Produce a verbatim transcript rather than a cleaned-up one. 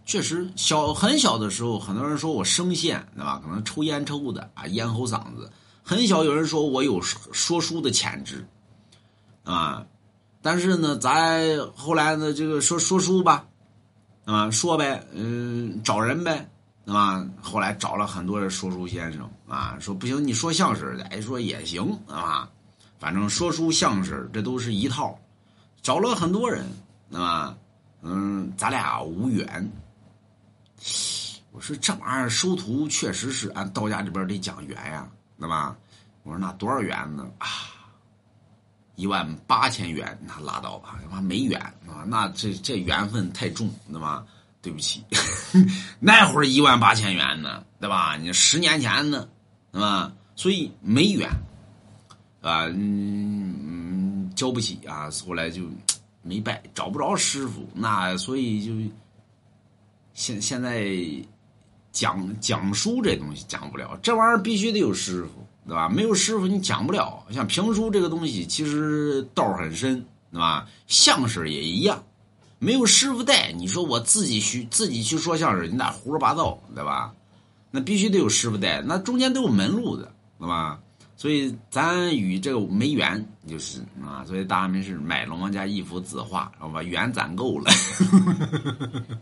确实小很小的时候，很多人说我声线，对吧？可能抽烟抽的啊，咽喉嗓子。很小有人说我有说书的潜质，啊，但是呢，咱后来呢，这个说说书吧，啊，说呗，嗯，找人呗，啊，后来找了很多的说书先生啊，说不行，你说相声，哎，说也行啊，反正说书相声这都是一套，找了很多人，啊，嗯，咱俩无缘。我说这玩意儿收徒确实是按道家里边得讲缘呀，对吧？我说那多少元呢？啊，一万八千元，那拉倒吧，他妈没缘啊！那这这缘分太重，对吧？对不起，那会儿一万八千元呢，对吧？你十年前呢，对吧？所以没缘啊，嗯嗯，交不起啊，后来就没拜，找不着师傅，那所以就现现在讲讲书这东西讲不了，这玩意儿必须得有师傅。对吧？没有师傅你讲不了。像评书这个东西，其实道很深，对吧？相声也一样，没有师傅带，你说我自己去自己去说相声，你俩胡说八道，对吧？那必须得有师傅带，那中间都有门路的，对吧？所以咱与这个没缘，就是啊，所以大家没事买龙王家一幅字画，然后把缘攒够了。